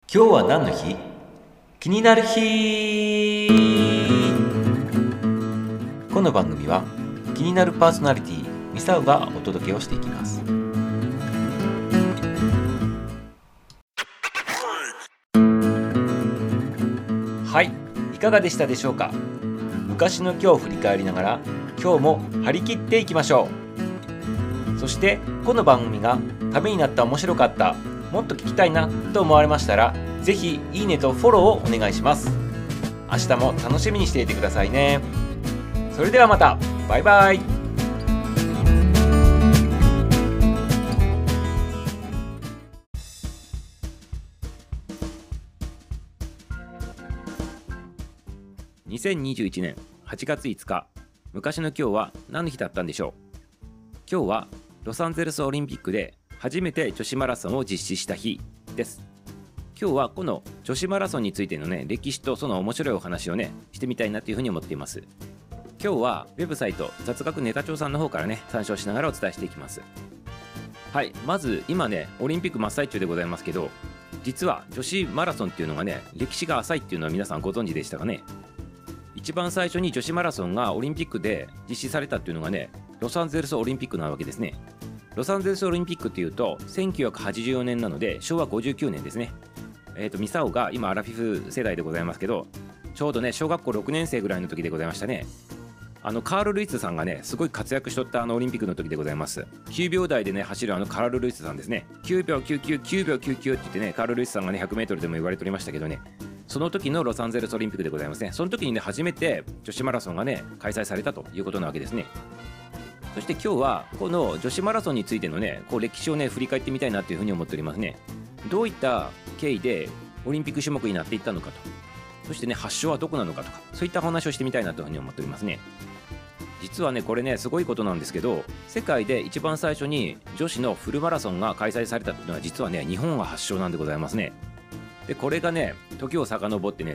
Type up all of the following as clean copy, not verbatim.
今日は何の日？気になる日。この番組は気になるパーソナリティミサウがお届けをしていきます。はい、いかがでしたでしょうか。昔の今日を振り返りながら今日も張り切っていきましょう。そしてこの番組がためになった、面白かった、もっと聞きたいなと思われましたら、ぜひいいねとフォローをお願いします。明日も楽しみにしていてくださいね。それではまた、バイバイ。2021年8月5日、昔の今日は何の日だったんでしょう。今日はロサンゼルスオリンピックで初めて女子マラソンを実施した日です。今日はこの女子マラソンについてのね、歴史とその面白いお話をね、してみたいなというふうに思っています。今日はウェブサイト雑学ネタ帳さんの方からね、参照しながらお伝えしていきます。はい、まず今ね、オリンピック真っ最中でございますけど、実は女子マラソンっていうのがね、歴史が浅いっていうのは皆さんご存知でしたかね。一番最初に女子マラソンがオリンピックで実施されたっていうのがね、ロサンゼルスオリンピックなわけですね。ロサンゼルスオリンピックっていうと1984年なので昭和59年ですね。ミサオが今アラフィフ世代でございますけど、ちょうどね小学校6年生ぐらいの時でございましたね。カール・ルイスさんがねすごい活躍しとったオリンピックの時でございます。9秒台でね走るカール・ルイスさんですね。9秒99、9秒99って言ってね、カール・ルイスさんがね 100m でも言われておりましたけどね、その時のロサンゼルスオリンピックでございますね。その時にね初めて女子マラソンがね開催されたということなわけですね。そして今日はこの女子マラソンについてのねこう歴史をね振り返ってみたいなというふうに思っておりますね。どういった経緯でオリンピック種目になっていったのかと、そしてね発祥はどこなのかとか、そういった話をしてみたいなというふうに思っておりますね。実はねこれねすごいことなんですけど、世界で一番最初に女子のフルマラソンが開催されたというのは実はね日本が発祥なんでございますね。でこれがね時を遡ってね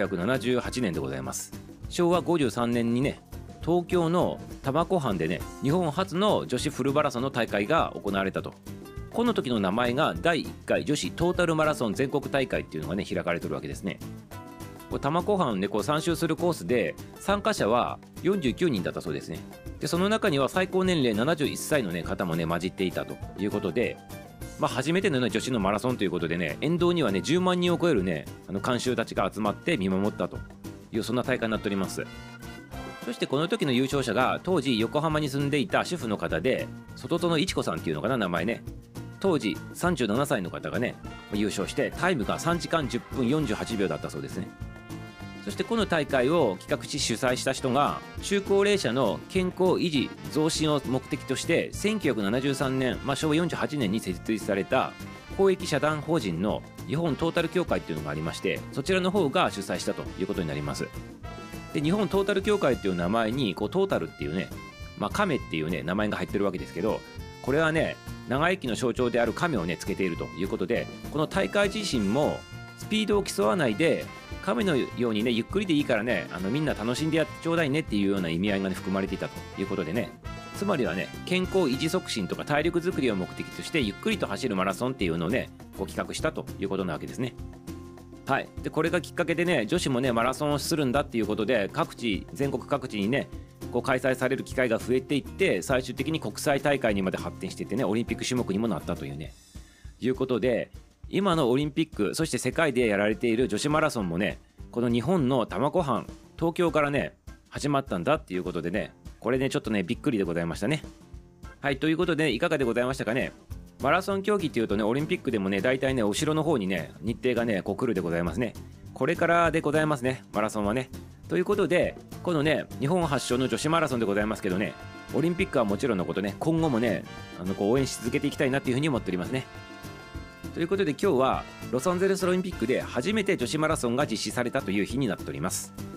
1978年でございます。昭和53年にね東京の多摩湖畔でね日本初の女子フルマラソンの大会が行われたと。この時の名前が第1回女子トータルマラソン全国大会っていうのがね開かれてるわけですね。多摩湖畔で3周するコースで参加者は49人だったそうですね。でその中には最高年齢71歳の、ね、方もね混じっていたということで、初めての、ね、女子のマラソンということでね、沿道にはね10万人を超えるね観衆たちが集まって見守ったという、そんな大会になっております。そしてこの時の優勝者が当時横浜に住んでいた主婦の方で、外園一子さんっていうのかな、名前ね。当時37歳の方がね優勝して、タイムが3時間10分48秒だったそうですね。そしてこの大会を企画し主催した人が、中高齢者の健康維持増進を目的として1973年、昭和48年に設立された公益社団法人の日本トータル協会っていうのがありまして、そちらの方が主催したということになります。で日本トータル協会っていう名前にトータルっていうね、亀っていうね名前が入ってるわけですけど、これはね長生きの象徴である亀をねつけているということで、この大会自身もスピードを競わないで、亀のようにねゆっくりでいいからねみんな楽しんでやってちょうだいねっていうような意味合いがね含まれていたということでね、つまりはね健康維持促進とか体力づくりを目的としてゆっくりと走るマラソンっていうのをね企画したということなわけですね。はい、でこれがきっかけでね女子もねマラソンをするんだっていうことで、全国各地にね開催される機会が増えていって、最終的に国際大会にまで発展していってね、オリンピック種目にもなったというねいうことで、今のオリンピック、そして世界でやられている女子マラソンもね、この日本の多摩湖畔、東京からね始まったんだっていうことでね、これねちょっとねびっくりでございましたね。はい、ということでいかがでございましたかね。マラソン競技っていうとね、オリンピックでもね大体ね後ろの方にね日程がね来るでございますね。これからでございますね、マラソンはね。ということでこのね日本発祥の女子マラソンでございますけどね、オリンピックはもちろんのことね、今後もね応援し続けていきたいなっていうふうに思っておりますね。ということで今日はロサンゼルスオリンピックで初めて女子マラソンが実施されたという日になっております。